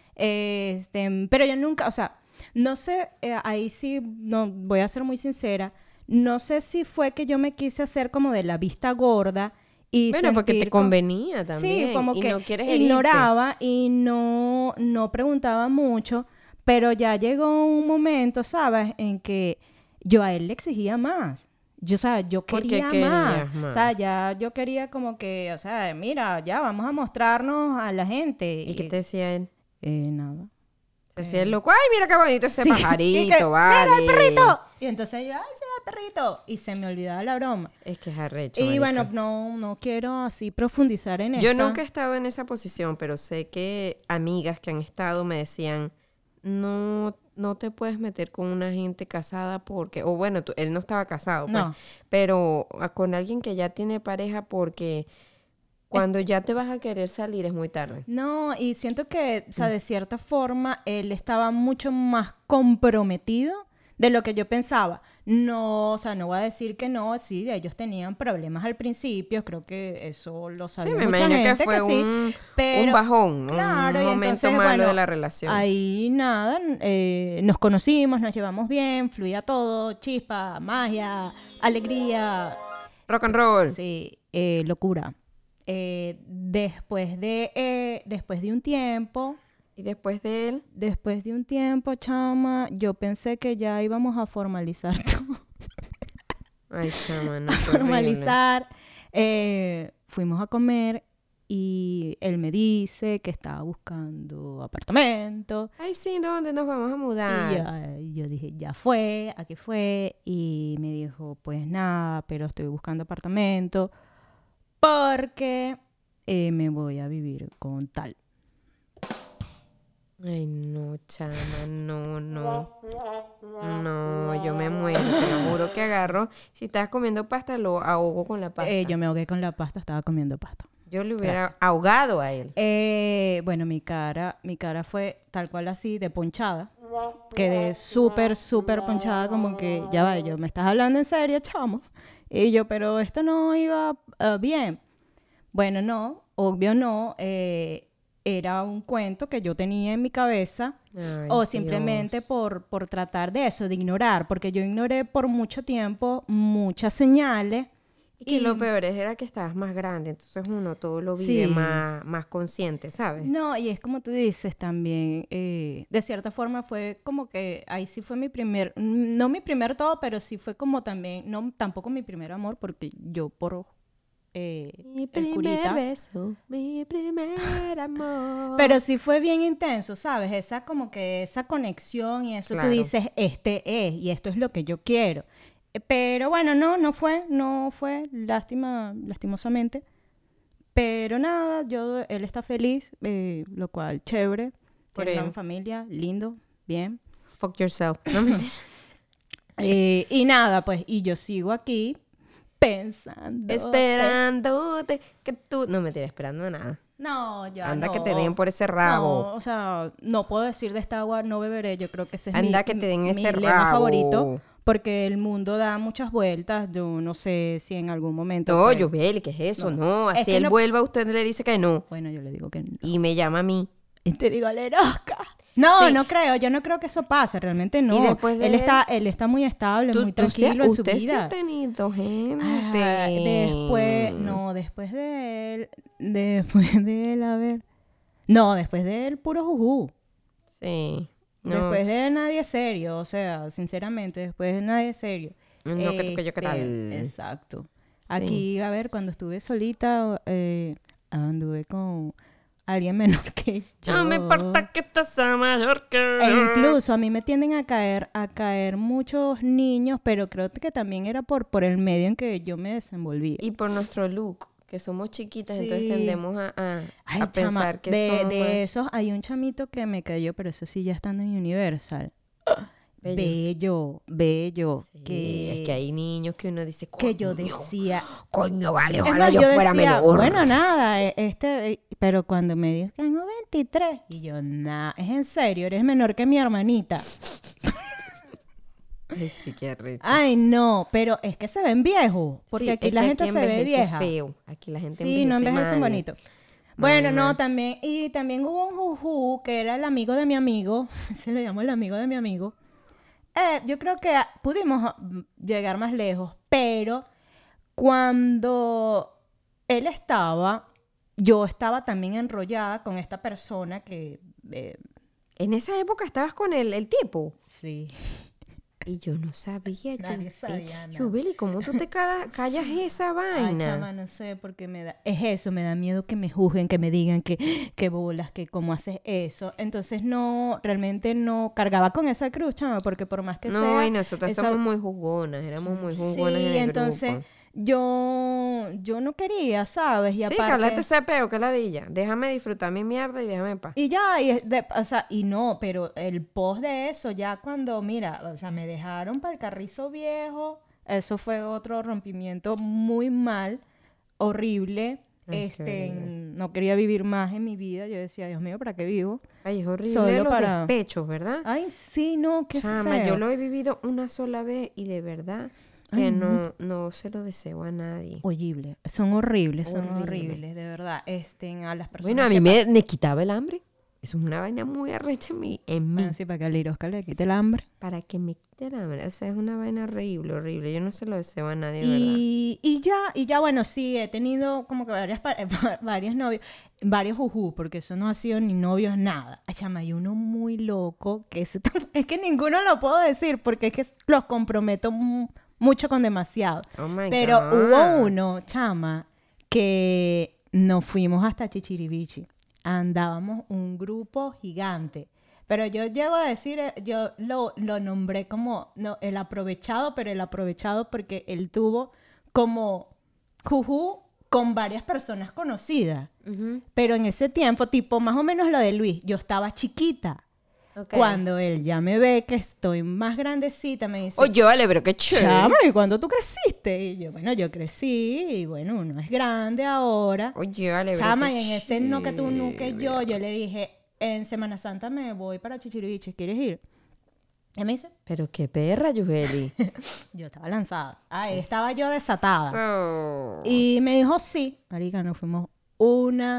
Pero yo nunca, o sea, no sé, ahí sí, no, voy a ser muy sincera, no sé si fue que yo me quise hacer como de la vista gorda y bueno, porque te convenía también. Sí, como y que no quieres herirte. ignoraba y no preguntaba mucho, pero ya llegó un momento, ¿sabes? En que yo a él le exigía más. Yo, o sea, yo quería más. O sea, ya yo quería como que, o sea, mira, ya vamos a mostrarnos a la gente. ¿Y qué te decía él? Nada. Se hacía el loco. ¡Ay, mira qué bonito ese pajarito, que, vale! ¡Mira el perrito! Y entonces yo, ¡ay, sí, el perrito! Y se me olvidaba la broma. Es que es arrecho, Y marica. bueno, no quiero así profundizar en Yo esta. nunca he estado en esa posición, pero sé que amigas que han estado me decían, no te puedes meter con una gente casada porque, o bueno, él no estaba casado, pues, No. pero con alguien que ya tiene pareja porque cuando ya te vas a querer salir es muy tarde. No, y siento que, o sea, de cierta forma, él estaba mucho más comprometido de lo que yo pensaba. No, o sea, no voy a decir que no, sí, ellos tenían problemas al principio, creo que eso lo sabía me mucha imagino gente que fue sí, un pero, bajón, claro, un y momento entonces, malo bueno, de la relación. Ahí nada, nos conocimos, nos llevamos bien, fluía todo, chispa, magia, alegría. Rock and roll. Sí, locura. Después de un tiempo, Y después de él, chama, yo pensé que ya íbamos a formalizar todo. ay, chama, no, A fue horrible. formalizar. Fuimos a comer y él me dice que estaba buscando apartamento. Ay, sí, ¿dónde nos vamos a mudar? Y yo dije, ya fue, aquí fue. Y me dijo, pues nada, pero estoy buscando apartamento porque me voy a vivir con tal. Ay, no, chama, no. No, yo me muero, te lo juro que agarro. Si estás comiendo pasta, lo ahogo con la pasta. Yo me ahogué con la pasta, estaba comiendo pasta. Yo le hubiera ahogado a él. Bueno, mi cara fue tal cual así, de ponchada. Quedé súper ponchada, como que, ya va, me estás hablando en serio, chamo. Y yo, pero esto no iba bien. Bueno, no, obvio no. Era un cuento que yo tenía en mi cabeza. Ay, o simplemente por tratar de eso, de ignorar. Porque yo ignoré por mucho tiempo muchas señales. Y que lo peor era que estabas más grande, entonces uno todo lo vive Sí. más consciente, ¿sabes? No, y es como tú dices también, de cierta forma fue como que ahí sí fue mi primer, no mi primer todo, pero sí fue como también, no tampoco mi primer amor, porque yo por Mi el primer curita, beso, mi primer amor. pero sí fue bien intenso, ¿sabes? Esa como que esa conexión y eso Claro. tú dices, este es, y esto es lo que yo quiero. Pero bueno, no fue, lastimosamente. Pero nada, él está feliz, lo cual, chévere. Por Tiene él. una familia, lindo, bien. Fuck yourself. No me Y nada, pues, y yo sigo aquí pensando. esperándote que tú... No me estoy esperando nada. No, ya Anda no. que te den por ese rabo. No, o sea, no puedo decir de esta agua no beberé. Yo creo que ese es Anda que te den mi ese lema rabo. favorito. Porque el mundo da muchas vueltas. Yo no sé si en algún momento... No, pues, Yubeli, ¿qué es eso? No. No, Es así que él no- vuelva, usted le dice que no. Bueno, yo le digo que no. Y me llama a mí. Y te digo, Lerosca. No, Sí. no creo. Yo no creo que eso pase. Realmente no. Y después de él está muy estable, muy tranquilo en su usted sí vida. ha tenido gente. Ah, después de él, a ver. No, después de él, puro juju. Sí. No, Después de él, nadie serio. O sea, sinceramente, después de él, nadie serio. no, que yo, ¿qué tal? Exacto. Sí. Aquí, a ver, cuando estuve solita, anduve con alguien menor que yo. No me importa que estás mayor que E incluso a mí me tienden a caer muchos niños, pero creo que también era por el medio en que yo me desenvolvía. Y por nuestro look, que somos chiquitas, Sí. entonces tendemos Ay, a chama, pensar que de somos esos hay un chamito que me cayó, pero eso sí ya estando en Universal. Bello. Sí, Que, es que hay niños que uno dice, que yo "Coño, decía, coño, vale, es ojalá más, yo fuera decía, menor". bueno, nada, pero cuando me dijo que tengo 23, y yo, nada, es en serio, eres menor que mi hermanita. Ay, sí, qué arrecho. Ay, no, pero es que se ven viejos, porque Sí, aquí es la que gente aquí se ve envejece vieja. feo. Aquí la gente Sí, no envejecen mal. bonito. Bueno, Mal, no, mal. también hubo un juju que era el amigo de mi amigo, se le llamó el amigo de mi amigo. Yo creo que pudimos llegar más lejos, pero cuando él estaba, yo estaba también enrollada con esta persona que... En esa época estabas con el tipo. sí. Y yo no sabía. Nadie sabía nada. Yubeli, ¿cómo tú te callas esa Ay, vaina? chama, no sé, porque me da... Es eso, me da miedo que me juzguen, que me digan que bolas, que cómo haces eso. Entonces no, realmente no cargaba con esa cruz, chama, porque por más que sea... No, y nosotras esa- somos muy jugonas, éramos muy jugonas Sí, en el entonces grupo. yo no quería, ¿sabes? Y Sí, aparte... cálate ese peo, que ladilla. Déjame disfrutar mi mierda y déjame en paz. Y ya, o sea, y no, pero el post de eso, ya cuando, mira, o sea, me dejaron para el carrizo viejo, eso fue otro rompimiento muy mal, horrible. Ay, qué horrible. No quería vivir más en mi vida. Yo decía, Dios mío, ¿para qué vivo? Ay, es horrible Solo los para... despechos, ¿verdad? Ay, sí, no, qué Chama, feo. yo lo he vivido una sola vez y de verdad Ay, que no. no se lo deseo a nadie. Horrible. Son horribles, Horrible. de verdad. A las personas Bueno, a mí que me quitaba el hambre. Eso es una vaina muy arrecha en mí. sí, para que al Irosca le quite el hambre. Para que me quite el hambre. O sea, es una vaina horrible, horrible. Yo no se lo deseo a nadie, ¿verdad? Y ya, bueno, sí, he tenido como que varios novios, varios juju, porque eso no ha sido ni novios, nada. Ay, chama, hay uno muy loco, que es que ninguno lo puedo decir, porque es que los comprometo mucho con demasiado. Oh my Pero God. hubo uno, chama, que nos fuimos hasta Chichirivichi. Andábamos un grupo gigante. Pero yo llego a decir, yo lo nombré como el aprovechado, pero el aprovechado porque él tuvo como juju con varias personas conocidas. Ujú. Pero en ese tiempo, tipo más o menos lo de Luis, yo estaba chiquita. Ok. Cuando él ya me ve que estoy más grandecita, me dice, Oye, vale, pero qué chévere. chama, ¿y cuándo tú creciste? Y yo, bueno, yo crecí y bueno, uno es grande ahora. Oye, vale, pero Chama, qué y en ese no que tú, no que yo chévere. le dije, en Semana Santa me voy para Chichiriviche, ¿quieres ir? Y me dice, Pero qué perra, Yubeli. yo estaba lanzada. Ahí estaba yo desatada. So. Y me dijo, sí. Marica, nos fuimos una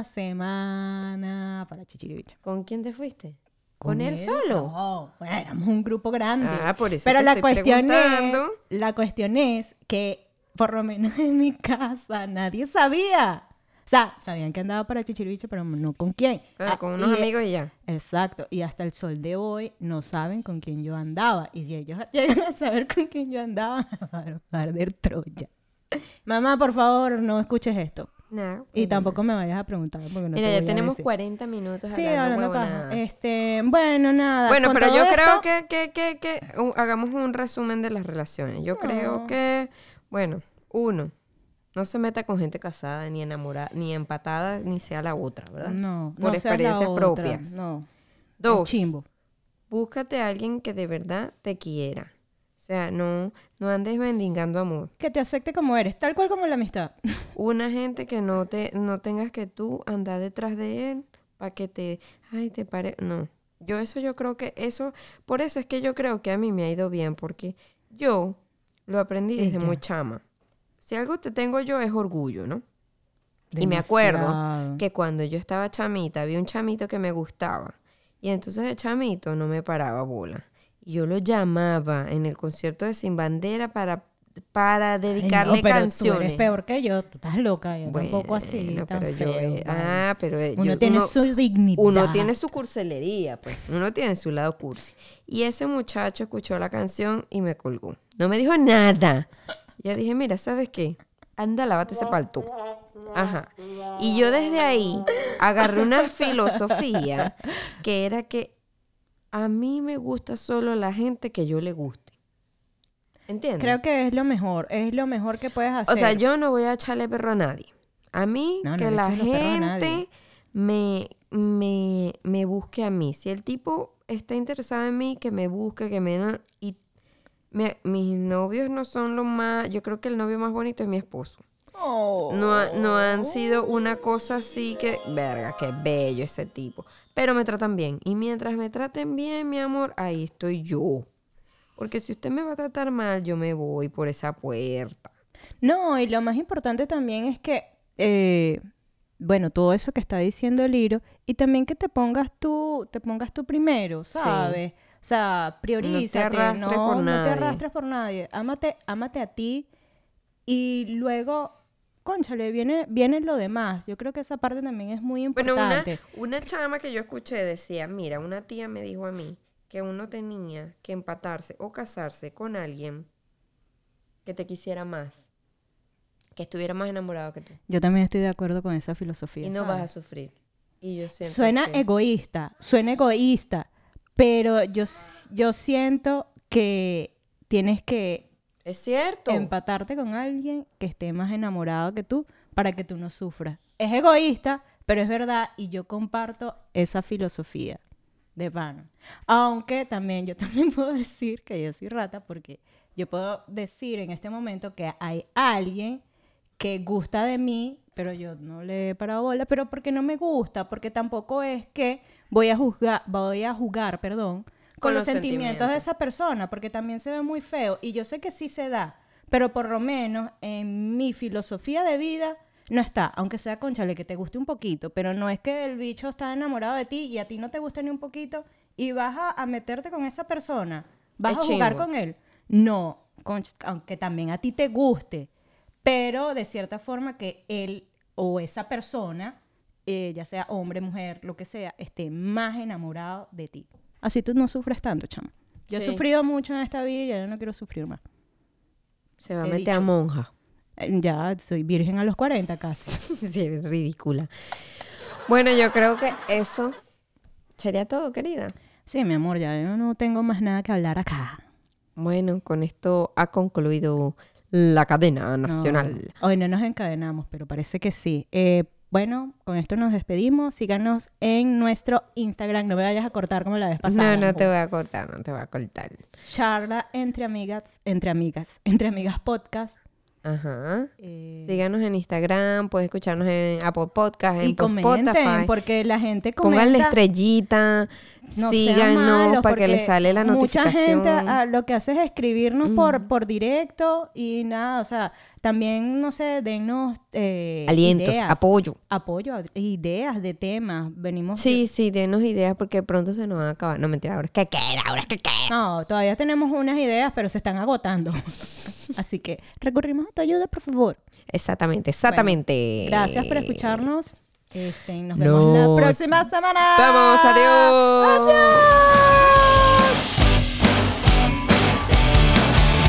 semana para Chichiriviche. ¿Con quién te fuiste? ¿Con él solo? No, bueno, éramos un grupo grande. Ah, por eso Pero te la estoy preguntando. la cuestión es que por lo menos en mi casa nadie sabía. O sea, sabían que andaba para Chichiriviche, pero no con quién. Ah, con unos amigos y ya. Exacto. Y hasta el sol de hoy no saben con quién yo andaba. Y si ellos llegan a saber con quién yo andaba, van a arder Troya. Mamá, por favor, no escuches esto. No. Y tampoco me vayas a preguntar porque no Mira, te ya voy a tenemos decir. 40 minutos Sí, hablando hablando paja. huevonadas. Bueno, nada. Bueno, con pero todo yo esto- creo que hagamos un resumen de las relaciones. Yo creo No. que, bueno, uno, no se meta con gente casada, ni enamorada, ni empatada, ni sea la otra, ¿verdad? No, Por no seas la experiencias otra, propias. No. Dos, Un chimbo. búscate a alguien que de verdad te quiera. O sea, no andes mendigando amor. Que te acepte como eres, tal cual como la amistad. Una gente que no tengas que tú andar detrás de él para que te pare. No. Yo creo que por eso es que yo creo que a mí me ha ido bien, porque yo lo aprendí desde Ella. muy chama. Si algo te tengo yo es orgullo, ¿no? Y me acuerdo Demasiado. que cuando yo estaba chamita, había un chamito que me gustaba. Y entonces el chamito no me paraba bola. Y yo lo llamaba en el concierto de Sin Bandera para Ay, dedicarle no, pero canciones. tú eres peor que yo. Tú estás loca. Yo tampoco así, Bueno, tan pero feo. vale. pero Uno tiene su dignidad. uno tiene su cursilería, pues. Uno tiene su lado cursi. Y ese muchacho escuchó la canción y me colgó. No me dijo nada. Ya dije, mira, ¿sabes qué? Anda, lávate ese palto. Ajá. Y yo desde ahí agarré una filosofía que era que a mí me gusta solo la gente que yo le guste. ¿Entiendes? Creo que es lo mejor que puedes hacer. O sea, yo no voy a echarle perro a nadie. A mí, No que le la eches los perros a gente me busque a mí. Si el tipo está interesado en mí, que me busque, mis novios no son los más... Yo creo que el novio más bonito es mi esposo. Oh. No han sido una cosa así que... Verga, qué bello ese tipo. Pero me tratan bien. Y mientras me traten bien, mi amor, ahí estoy yo. Porque si usted me va a tratar mal, yo me voy por esa puerta. No, y lo más importante también es que, bueno, todo eso que está diciendo Liro, y también que te pongas tú primero, ¿sabes? Sí. O sea, priorízate, no te arrastres por nadie. Ámate a ti y luego, cónchale, viene lo demás. Yo creo que esa parte también es muy importante. Bueno, una chama que yo escuché decía, mira, una tía me dijo a mí que uno tenía que empatarse o casarse con alguien que te quisiera más, que estuviera más enamorado que tú. Yo también estoy de acuerdo con esa filosofía. Y no vas a sufrir. Y yo siento suena egoísta, pero yo siento que tienes que... Es cierto. Empatarte con alguien que esté más enamorado que tú para que tú no sufras. Es egoísta, pero es verdad y yo comparto esa filosofía de pana. Aunque yo también puedo decir que yo soy rata porque yo puedo decir en este momento que hay alguien que gusta de mí, pero yo no le he parado bola, pero porque no me gusta, porque tampoco es que voy a jugar, con los sentimientos de esa persona, porque también se ve muy feo y yo sé que sí se da, pero por lo menos en mi filosofía de vida no está, aunque sea cónchale que te guste un poquito, pero no es que el bicho está enamorado de ti y a ti no te gusta ni un poquito y vas a meterte con esa persona, vas a jugar con él. No, aunque también a ti te guste, pero de cierta forma que él o esa persona, ya sea hombre, mujer, lo que sea, esté más enamorado de ti. Así tú no sufres tanto, chamo. Yo he sufrido mucho en esta vida y ya no quiero sufrir más. Se va a meter a monja. Ya soy virgen a los 40 casi. Sí, eres ridícula. Bueno, yo creo que eso sería todo, querida. Sí, mi amor, ya yo no tengo más nada que hablar acá. Bueno, con esto ha concluido la cadena nacional. Hoy no nos encadenamos, pero parece que sí. Bueno, con esto nos despedimos. Síganos en nuestro Instagram. No me vayas a cortar como la vez pasada. No te voy a cortar, Charla entre amigas podcast. Ajá. Síganos en Instagram, puedes escucharnos en Apple Podcast, en comenten, Spotify. Porque la gente comenta. Pónganle estrellita, síganos para que les sale la notificación. Mucha gente lo que hace es escribirnos por directo y nada, o sea, también, no sé, dennos alientos, ideas, apoyo, ideas de temas. Venimos. Sí, denos ideas porque pronto se nos va a acabar. No, mentira, ahora es que queda. No, todavía tenemos unas ideas, pero se están agotando. Así que recurrimos a tu ayuda, por favor. Exactamente. Bueno, gracias por escucharnos. Nos vemos la próxima semana. Vamos, adiós. ¡Adiós!